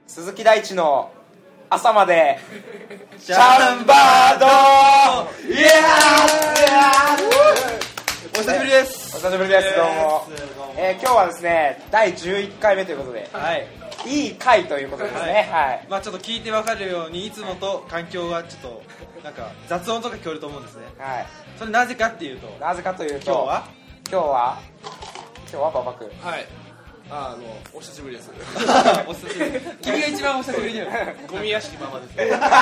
鈴木大地の朝までシャンバードイエーイ。 お久しぶりです。 お久しぶりです。どうも。今日はですね第11回目ということで、 はい、 いい回ということですね。はい。 まあちょっと聞いてわかるようにいつもと環境がちょっとなんか雑音とか聞こえると思うんですね。 はい。 それなぜかっていうと、 なぜかというと、 今日は馬場君。 はい。お久しぶりです。 お久しぶり。君が一番お久しぶりだよ。 ゴミ屋敷ママです。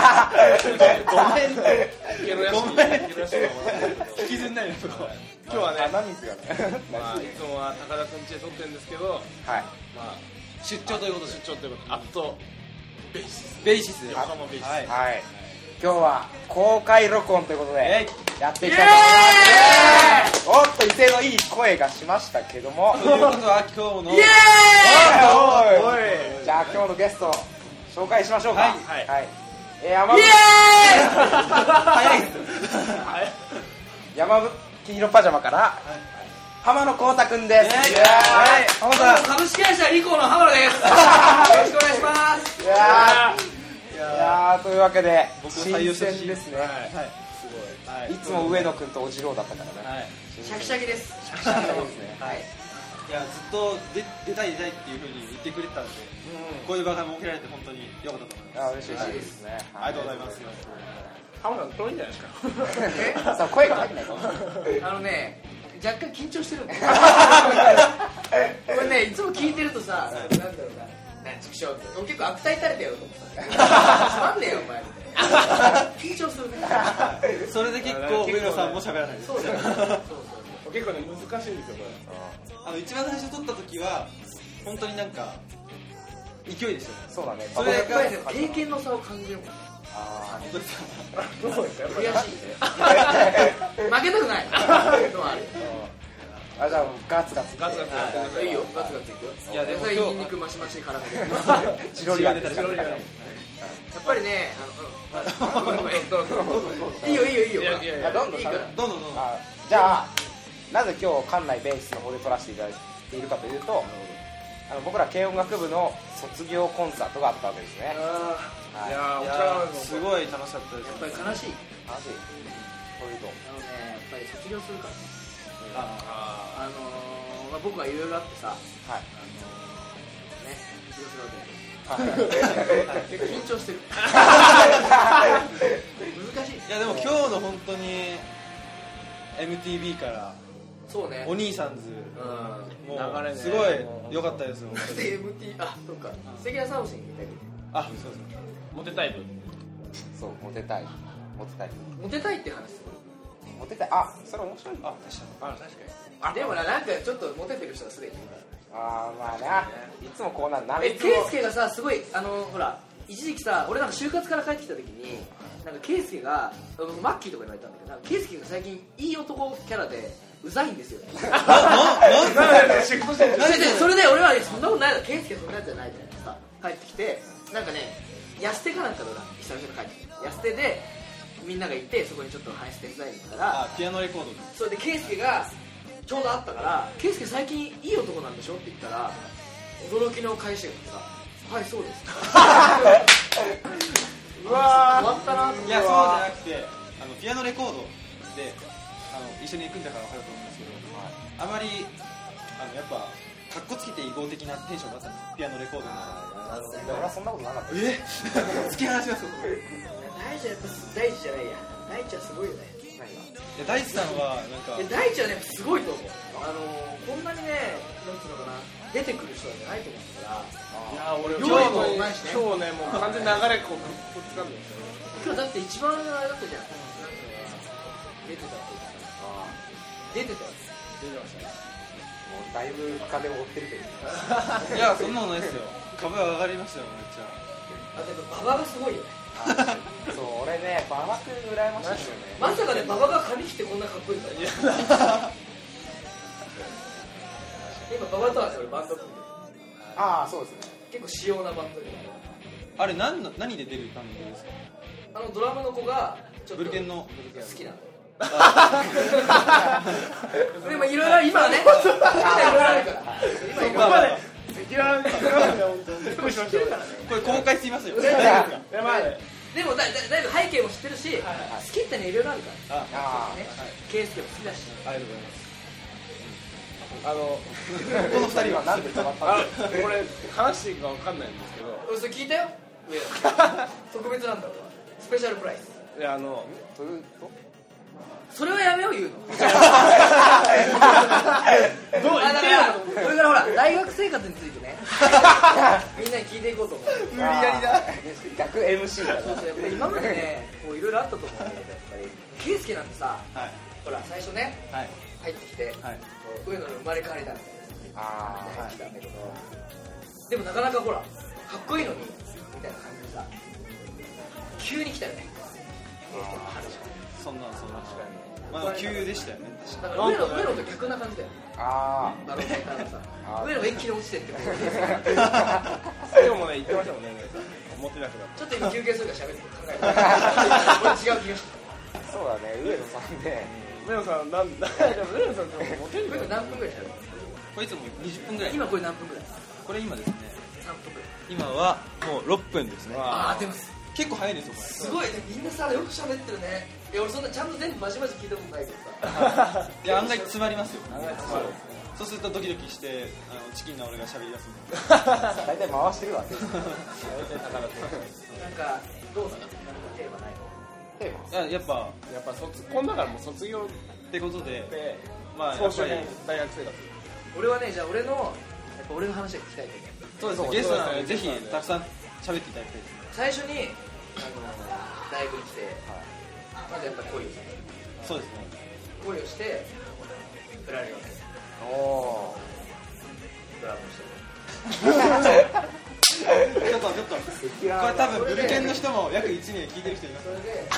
ごめん。引きずんないの。 今日はね、 何ですよね。 いつもは高田くん家で撮ってるんですけど、 はい。 出張ということで、アットベーシス。 横浜ベーシス。 はい。今日は公開録音ということでやっていきたいと思います。おっと威勢のいい声がしましたけども、 ということは今日のイエーイ。じゃあ今日のゲスト紹介しましょうか。 はい。 山吹広パジャマから浜野光太くんです。 浜田さん、 株式会社リコの浜野です。よろしくお願いします。 いやというわけで新鮮ですね。いつも上野くんとおじろうだったからね。 シャキシャキです。 シャキシャキですね。 いやずっと出たいっていう風に言ってくれてたので、こういう場が設けられて本当に良かったと思います。 嬉しいですね。 ありがとうございます。 浜田遠いんじゃないですか。 さあ声が入んないか。 若干緊張してるんだよ。これね、いつも聞いてるとさ、なんだろうな、畜生って結構悪態垂れてやろうと思ったんだけど、つまんねえよお前みたいな。緊張するね。 それで結構上野さんも喋らないです。 そうだよ。 結構ね難しいんですよこれ。一番最初撮った時は本当になんか勢いでしたね。 そうだね。 それやっぱりね、経験の差を感じるもん。 本当ですか。 どうですか。 悔しい。負けたくない。 じゃあガツガツ。 いいよ、ガツガツいくよ。 いやでもニンニクマシマシ絡めて。 チロリが出たり。 やっぱりね、いいよ。 どんどん。じゃあなぜ今日館内ベースの方で撮らせていただいているかというと、僕ら軽音楽部の卒業コンサートがあったわけですね。 いやすごい楽しかったです。 やっぱり悲しい。 そういうと。 やっぱり卒業するからね。僕はいろいろあってさ、卒業するわけで緊張してる。難しい。 いやでも今日の本当に MTV からそうね、 お兄さんズもうすごい良かったですよ。 そして MT、そうか、素敵なサウシンみたいな。 そうそう。 モテタイプ。 そう、モテたいって話する。 モテたい。それ面白い。 確かに。 でもなんかちょっとモテてる人がすでにいるから。 まあな、いつもこうなるな。 ケイスケがさ、すごいほら一時期さ、俺なんか就活から帰ってきた時に、なんかケイスケがマッキーとかに言われたんだけど、なんかケイスケが最近いい男キャラでうざいんですよね。それで俺はそんなことないだろ、ケイスケそんなやつじゃないみたいなさ、帰ってきて、なんかね、安手かなんかだな、久々に帰ってきて、安手でみんなが行って、そこにちょっと配信手伝いに行ったら、 ピアノレコード。 それでケイスケがちょうどあったから「ケイスケ最近いい男なんでしょ?」って言ったら、驚きの返しが来てさ「はい、そうです」うわー、終わったな。 いや、そうじゃなくて、ピアノレコードで一緒に行くんだから分かると思うんですけど、あまりやっぱかっこつけて異合的なテンションだったんです、ピアノレコードの。 俺はそんなことなかった。 突き放しますよ。 大地はやっぱ大地じゃないや、大地はすごいよね。 大地さんはなんか大地はね、すごいと思う。こんなにね、なんつうのかな、出てくる人じゃないと思ったから。 いや俺今日ね、もう完全に流れこう掴んで今日だって一番あれだったじゃん、出てたって言ってた。出てましたね。 もうだいぶ深手を負ってるけど。 いや、そんなのないですよ。株は上がりましたよ、めっちゃ。 でも馬場がすごいよね。 そう、俺ね、馬場君羨ましいよね。 まさかね、馬場が髪切ってこんなかっこいいから。今馬場とは俺バンド組んでる。 そうですね。 結構仕様なバンドで。 あれ何で出るバンドですか？ ドラムの子がちょっとブルケンの好きなの。でもいろいろ今はね、いろいろあるから。今嫌いだね本当に。びっくりしました。 これ公開すぎますよ。 いやまあでもだいぶ背景も知ってるし、好きってねいろいろあるからあ、 ね。圭介も好きだし。 ありがとうございます。 この二人はなんで止まったの？ これ話していいかわかんないんですけど、 俺それ聞いたよ。上特別なんだ俺は。スペシャルプライス。 いやそれはやめよう言うの。 どう言ってよ。 これからほら大学生活についてねみんなに聞いていこうと思う。 無理やりだ。 逆 MC だそうそう、やっぱり今までねこういろいろあったと思うんだけど、やっぱり圭介なんてさ、 はいほら最初ねはい入ってきて、 はいこう上野の生まれ変わりだみたいあな入ってきたんだけど、でもなかなかほらかっこいいのにみたいな感じでさ急に来たよね。 そんなまあ急でしたよね。 だから上野と逆な感じだよ。 あバロメーターがさ上野が一気に落ちてってことで最後もね言ってましたもんね。思ってなくなっちょっと今休憩するから喋って考えて俺違う気がしてあそうだね上野さんねた。上野さんなんだ。でも上野さんってモテるこれ何分ぐらい喋る？ これいつも20分ぐらい。 今これ何分ぐらい？ これ今ですね。 3分ぐらい。 今はもう6分ですね。 ああでも結構早いですよこれ。 すごいね、みんなさよく喋ってるね。いや俺そんなちゃんと全部まじまじ聞いたことないけどさいや案外詰まりますよ。そうするとドキドキしてチキンな俺が喋り出すんで。 大体回してるわけなんかどうなの？テーマないの？ テーマやっぱやっぱこんだからもう卒業ってことででまあやっぱり総集編大学生活。 俺はねじゃあ俺の話が聞きたいと思う。 そうですね。ゲストなのでぜひたくさん喋っていただきたいですね。 最初に大学に来て、まずやっぱ恋をする。 そうですね。 恋をして振られるわけ。 おドラムしてちょっとこれ多分ブルケンの人も約1名聞いてる人います。 それで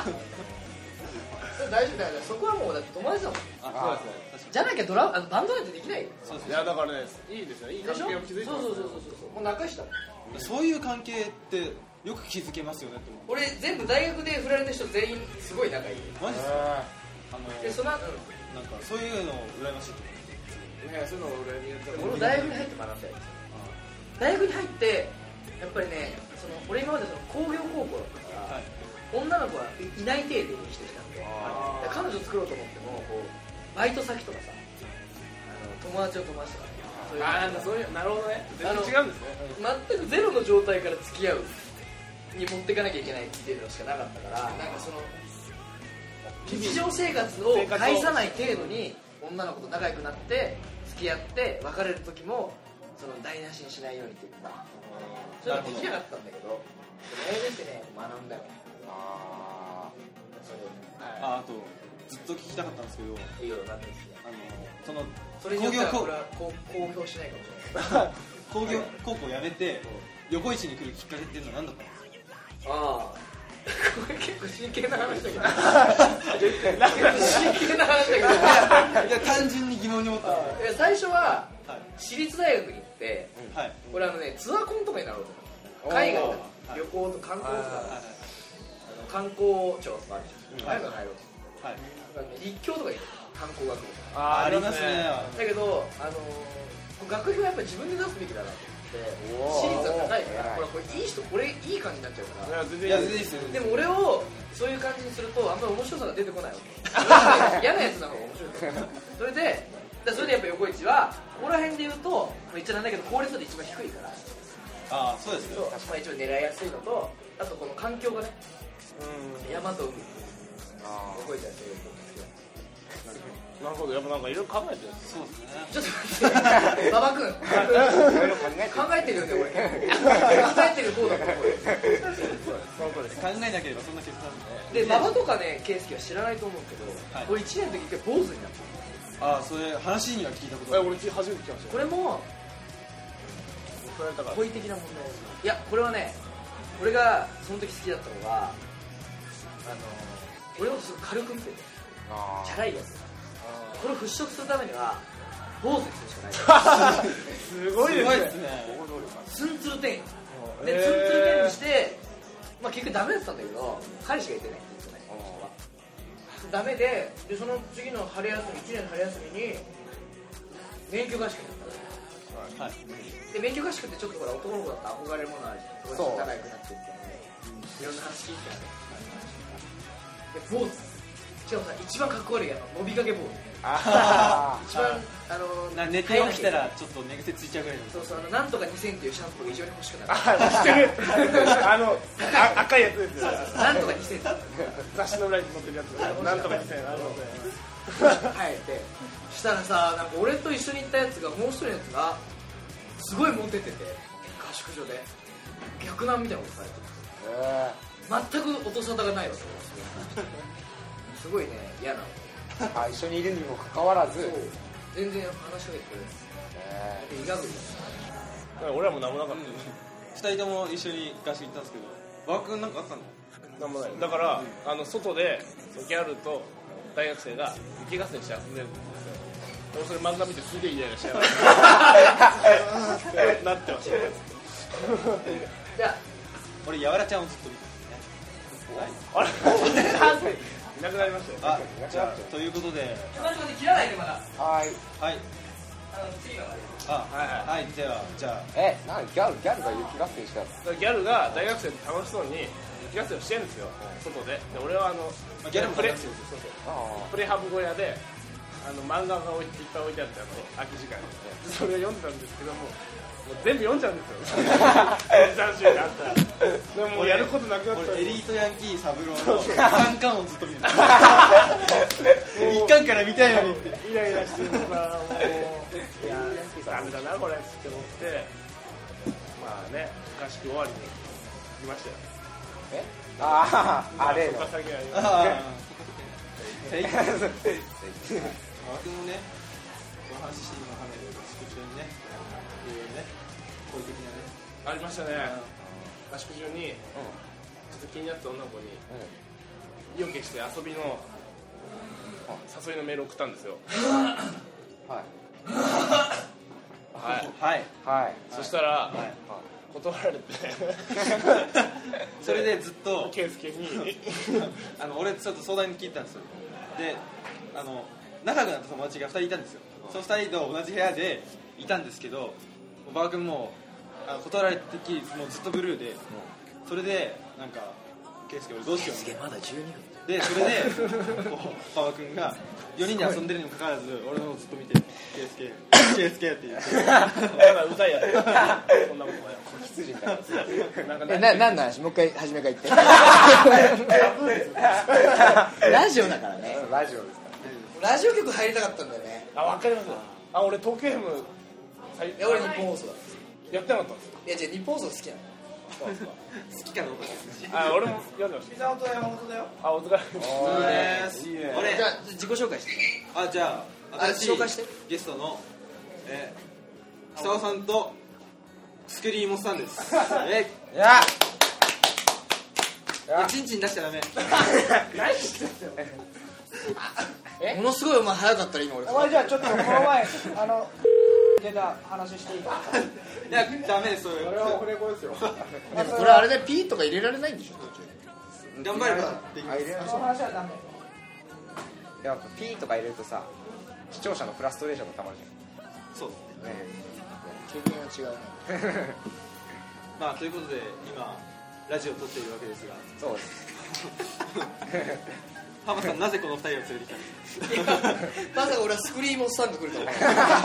それ大丈夫だよ。そこはもうだって友達だもん。 あそうですね。 じゃなきゃバンドなんてできないよ。 そうですいやだからねいいですよ。いい関でしょ？ 係を築いてそうもう仲良しだもん。 そういう関係ってよく気づけますよねって思う。 俺全部大学で振られた人全員すごい仲いい。 マジですか？ でその後なんかそういうの羨ましいと思いやそういうの俺に言ったら俺も大学に入って学んだよ。大学に入ってやっぱりね俺今まで工業高校だったから、 はい女の子はいない体で生きてきたんで、彼女作ろうと思ってもこうバイト先とかさ友達を友達とかね、 なんだそういうなるほどね。全然違うんですね。 全くゼロの状態から付き合うに持っていかなきゃいけないっていうのしかなかったから、なんか日常生活を介さない程度に女の子と仲良くなって付き合って別れる時も台無しにしないようにっていうか、そういうのできなかったんだけど、大学ってね学んだよ。 あとずっと聞きたかったんですけど、 いいよなんですね。それによってはこれは公表しないかもしれない。 工業高校辞めて横市に来るきっかけっていうのは何だったんですか？ ああこれ結構真剣な話だけど真剣な話だけどいや単純に疑問に思った。 最初は私立大学に行って、 はい、 俺ツアーコンとかになろうと思って、海外の旅行と観光とか、観光庁とかあるじゃん、ああいうの入ろうと思って、立教とかに観光学部とかありますね。 だけど学費はやっぱり自分で出すべきだなと思って、私立は高いからこれいい人これいい感じになっちゃうから、 全然いいですよ。 でも俺をそういう感じにするとあんまり面白さが出てこないわけ。嫌なやつなのが面白いから。それでやっぱ横市はここら辺で言うと言っちゃなんだけど効率度で一番低いから、 ああそうですね。 一応狙いやすいのと、あとこの環境がね、山と海、横市はそういうところなるほど。やっぱなんかいろいろ考えてる。 そうですね。 ちょっと待って、馬場君考えてるよね俺。考えてる方だと思うよ。 考えなければそんな決断で馬場とかね圭介は知らないと思うけど、俺1年の時一回坊主になった。 ああそれ話には聞いたことある。 俺初めて聞きました。 これも好意的な問題です。いやこれはね、俺がその時好きだったのが俺のことすごい軽く見ててチャラいやつ。これを払拭するためには坊主にするしかない。 すごいですね。 ツンツルテンでツンツルテンにして、結局ダメだったんだけど、彼氏がいてねダメで、その次の春休み1年の春休みに免許合宿に行ったはいで免許合宿ってちょっとほら男の子だと憧れるものあるじゃん、 そう仲良くなってっていろんな話聞いてね、で坊主しかもさ一番かっこ悪い伸びかけ坊主あ一番寝て起きたらちょっと寝癖ついちゃうぐらいの。 そうそうなんとか2000っていうシャンプーが異常に欲しくなる知ってる赤いやつですよなんとか2000って雑誌の裏に載ってるやつなんとか2000 生えてしたらさ、なんか俺と一緒に行ったやつがもう一人のやつがすごいモテてて合宿所で逆難みたいなことされてて全く音沙汰がないわけすごいね嫌なのあ、一緒にいるにもかかわらず全然話しかけてくれるでイガグリ俺らも何もなかっ 2人とも一緒に合宿行ったんですけど、馬場君なんかあったの？ たなんもないだから外でギャルと大学生が雪合戦して遊んでるんですよ。俺それ漫画見てすげえイライラしちゃうなってましたね。 じゃ俺やわらちゃんをずっと見てあれいなくなりましたよ。 あ、じゃあということで、 あ待って切らないでまだはいはい次がはい、ではじゃあなんかギャルが雪合戦したのギャルが大学生で楽しそうに雪合戦をしてるんですよ、外で。で俺はギャルもプレ大学生ですよ。 プレハブ小屋で漫画がいっぱい置いてあって空き時間にそれを読んでたんですけどもう全部読んじゃうんですよ斬新であったらでももうやることなくなった俺エリートヤンキーサブローの3巻をずっと見てた1巻から見たいのにってイライラしてるからもういやダメだなこれって思ってまあね合宿終わりに来ましたよ。 あ例のそっか先はあ僕もね、この話していいのかね、宿中にね、っていうね、好意的なね。 ありましたね。合宿中にちょっと気になった女の子に意を決して遊びの誘いのメールを送ったんですよ。 はい。 そしたら断られてそれでずっと圭介に俺ちょっと相談に聞いたんですよ。で仲良くなった友達が2人いたんですよ。その2人と同じ部屋でいたんですけど、馬場君も断られてきりもうずっとブルーで、それでなんか圭介俺どうしようみたいな。 まだ12分でそれでこう馬場君が4人で遊んでるにもかかわらず俺のをずっと見て圭介って言ってまだうざいやつそんなことない羊みたいな何の話もう一回初めから言ってラジオだからね。 ラジオですかラジオ局入りたかったんだよね。 分かります俺東京 FM いや俺日本放送だ。 やってなかったんですよ。 いやじゃあ日本放送好きなの。 好きかどうかですね。 俺も読んでました。 本当だよ本当だよ。 お疲れ。 いいね。 じゃあ自己紹介して。 じゃあ新しい紹介してゲストの久尾さんとスクリーモスさんです。 いやチンチン出しちゃダメ。 ものすごいお前早かったら今俺。 お前じゃあちょっとこの前出た話していいか。 いやダメですそういう。 これはオフレコですよでもこれあれでピーとか入れられないんでしょ途中で。 頑張ればできます。 その話はダメ。 やっぱピーとか入れるとさ視聴者のフラストレーションがたまるじそうゃんね経験は違うね。 まあということで今ラジオを撮っているわけですが、 そうです浜さんなぜこの2人を連れてきたんですか。 まさか俺はスクリーモスさんが来ると思う。 い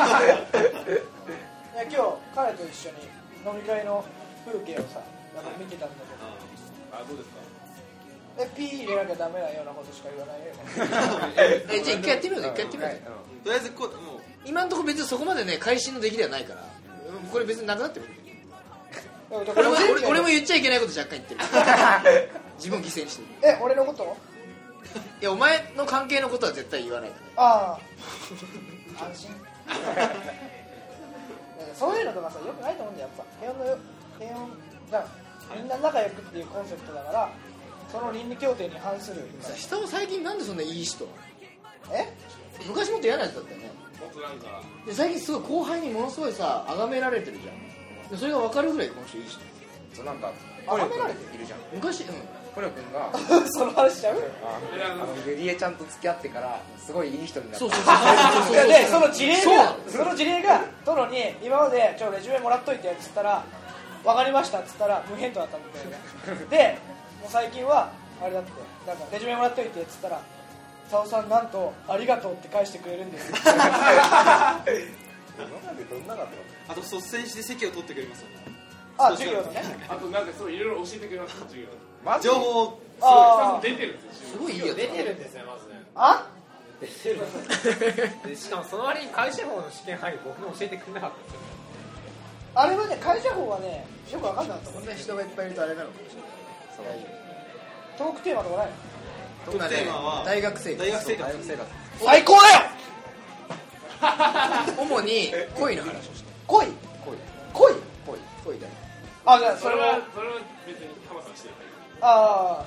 や今日彼と一緒に飲み会の風景をさなんか見てたんだけど、 どうですか。 ピー入れなきゃダメなようなことしか言わないよ。 じゃあ一回やってみようぜ一回やってみようぜ。 とりあえずもう今のところ別にそこまでね会心の出来ではないから、これ別になくなってる。俺も言っちゃいけないこと若干言ってる。自分を犠牲にしてる。 俺のこといやお前の関係のことは絶対言わないから。 ああ安心そういうのとかさよくないと思うんだよ。やっぱ平穏だみんな仲良くっていうコンセプトだからその倫理協定に反するさ人も最近なんでそんないい人。昔もっと嫌なやつだったよね。 僕なんかで最近すごい後輩にものすごいさ崇められてるじゃん。でそれが分かるぐらいこの人いい人。 そうなんかあ褒められているじゃん昔コニョ君がその話しちゃうゆりえちゃんと付き合ってからすごいいい人になった。 そうでその事例がトロに今までレジュメもらっといてっつったら分かりましたっつったら無返答だったみたいなでもう最近はあれだってなんかレジュメもらっといてっつったらサオさんなんとありがとうって返してくれるんですよ今までどんなかったの？ あと率先して席を取ってくれますよね。 授業のねあとなんかそういろいろ教えてくれます授業マジ情報を出てるんですよすごいいいやつ出てるんですねまずねあ出てるでしかもその割に会社法の試験範囲僕に教えてくれなかったんですよあれはね会社法はねよく分かんなかったこんな人がいっぱいいるとあれなのかもしれないトークテーマとかないのトークテーマは大学生活最高だよ主に恋の話をして恋だよあじゃあそそれはれは別に浜さんしてるあ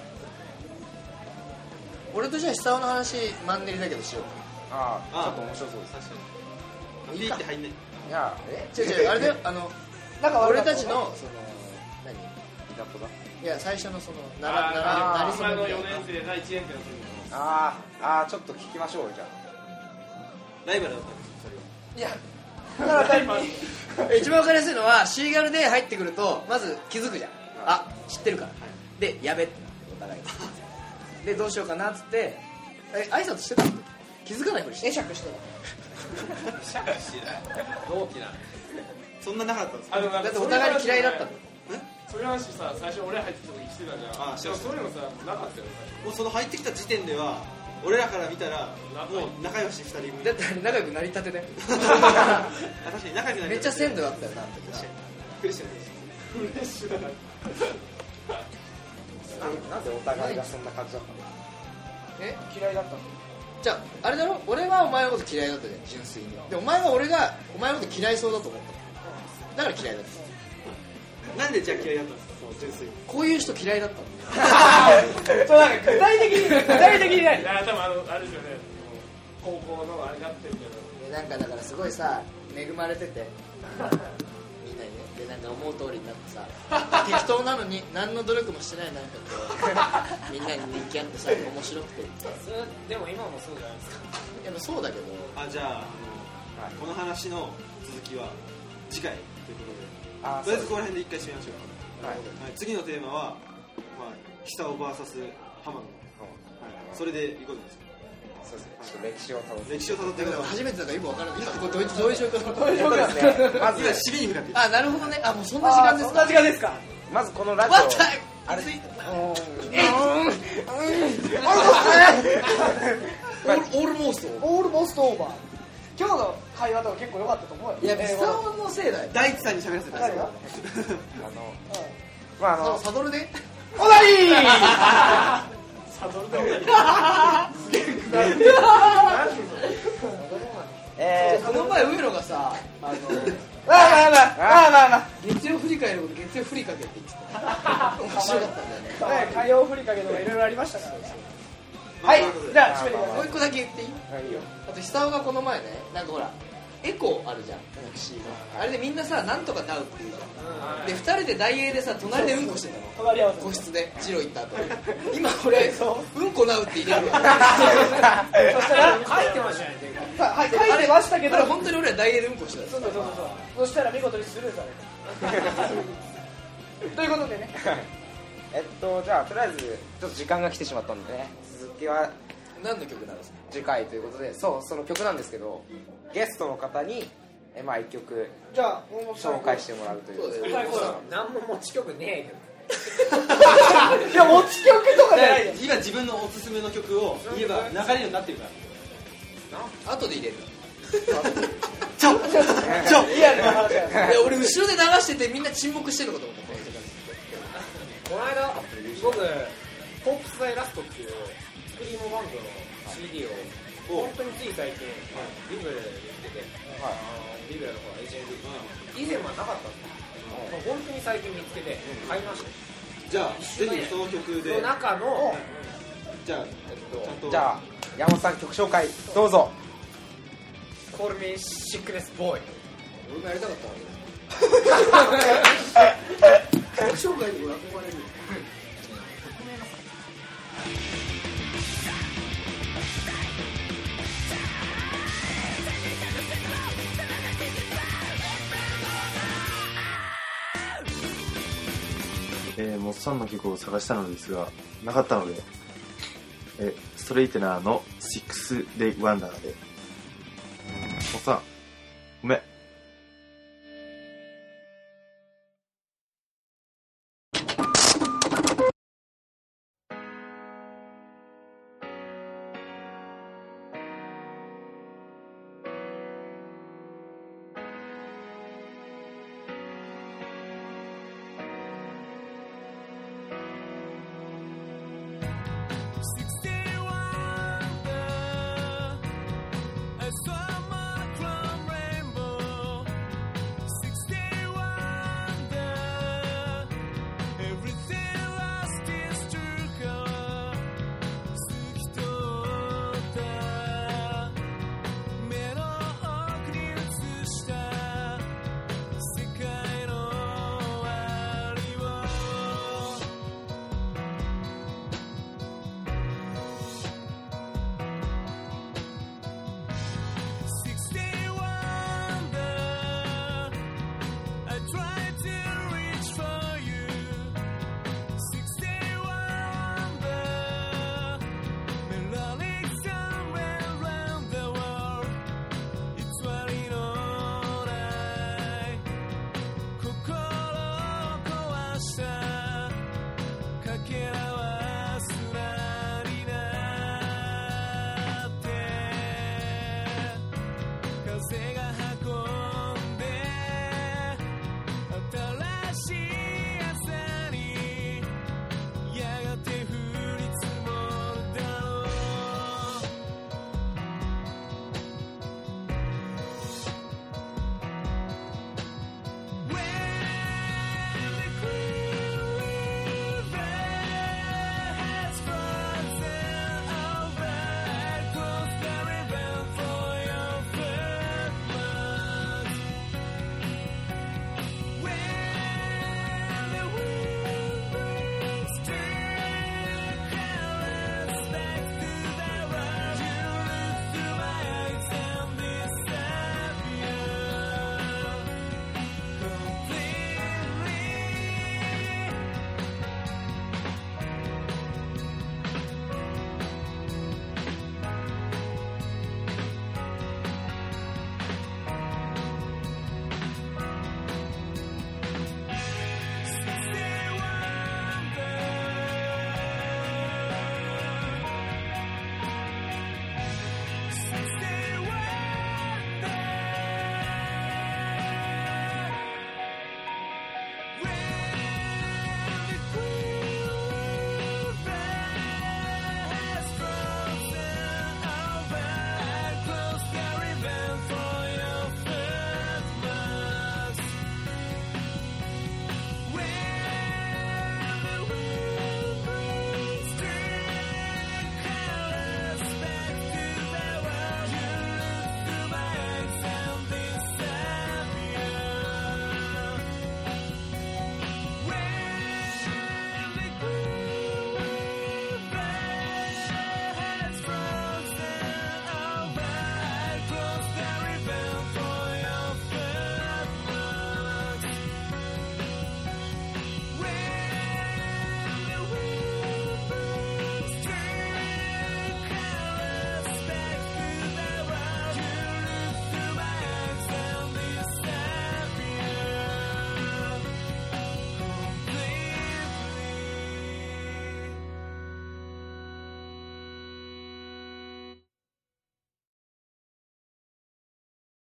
俺とじゃあ久男の話マンネリだけどしようああちょっと面白そうです。 確かにピーって入んない。 いや違うあれだよなんか俺たちのその何イラッとだ。 いや最初のそのなりそ今の4 めみたいな年生な1年生の時のあちょっと聞きましょうよじゃライバルだったんですよ、それは。 いやだから最近一番わかりやすいのはシーガルで入ってくるとまず気づくじゃんあ知ってるからでやべってお互いでどうしようかなっつって挨拶してたの気づかないふりして会釈して同期なんそんななかったんですか。 あでもなんかだってお互い嫌いだったのそういう話さ最初俺入ってきた時してたじゃんしてましたそういうのさなかったよもうその入ってきた時点では俺らから見たらもう仲良し2人組。 だってあれ仲良くなりたてだよ確かに仲良くなりめっちゃ鮮度あったよなクリスチャンですなんでお互いがそんな感じだったの？ 嫌いだったのじゃああれだろ俺はお前のこと嫌いだったじゃん純粋にでお前は俺がお前のこと嫌いそうだと思っただから嫌いだったなんでじゃあ嫌いだったんですか、その純粋に。 こういう人嫌いだったのそうなんか具体的にないいや多分あれですよね高校のあれになってるけどなんかだからすごいさ恵まれててみんなにねでなんか思う通りになってさ適当なのに何の努力もしてないなんかこうみんなに人気あってさ面白くてそれでも今もそうじゃないですかやっぱそうだけどじゃあこの話の続きは次回ということであとりあえずこの辺で一回締めましょう。 はい次のテーマは久男 VS 浜野、それでいこうじゃないですか。 そうですね。ちょっと歴史をたどって。 歴史をたどっていくのは初めてだからよくわからない今これどういう状況そうですね。まず今締めに向かっていく。 あなるほどねあもうそんな時間ですそんな時間ですかまずこのラジオ。 ワンタイムあれ。 オールモーストオールモストオーバー今日の会話とか結構良かったと思うよいやミスターのせいだよ大地さんに喋らせてください。 誰がまあサドルでおだりーサドルでもいいこの前上野がさまあ月曜振り返ること月曜振りかけって言ってた面白かったんだよね火曜振りかけとかいろいろありましたからねはいじゃあ締めてくださいもう一個だけ言っていいいいよ。 あと久男がこの前ねなんかほらエコーあるじゃんタクシーのあれでみんなさなんとかなうっていうじゃんで2人で大英でさ隣でうんこしてたの隣り合わせ個室でジロー行った後今俺うんこなうって入れるわそしたら書いてましたねはい書いてましたけどあれ本当に俺は大英でうんこしてたそうそしたら見事にスルーされたということでねじゃあとりあえずちょっと時間が来てしまったのでね、続きは何の曲なんですか次回ということで、その曲なんですけど、ゲストの方に1曲じゃあ紹介してもらうというそうだよ最高だ何も持ち曲ねえいや持ち曲とかじゃないよ今自分のおすすめの曲を言えば流れるようになってるから後で入れるリアルな話だよいや俺後ろで流しててみんな沈黙してるのかと思ったこの間僕ポップスザイラストっていうスクリームバンドの CD を本当につい最近ビブラで売っててビブラの方が HMV 以前はなかったんですよ本当に最近見つけて買いましたじゃあぜひその曲でその中のじゃあちゃんとじゃあ山本さん曲紹介どうぞ。 Call Me Sickness Boy 俺もやりたかったわけ紹介に俺憧れるモッサンの曲を探したのですがなかったので、ストレイテナーの6 Day Wonder でモッサンごめん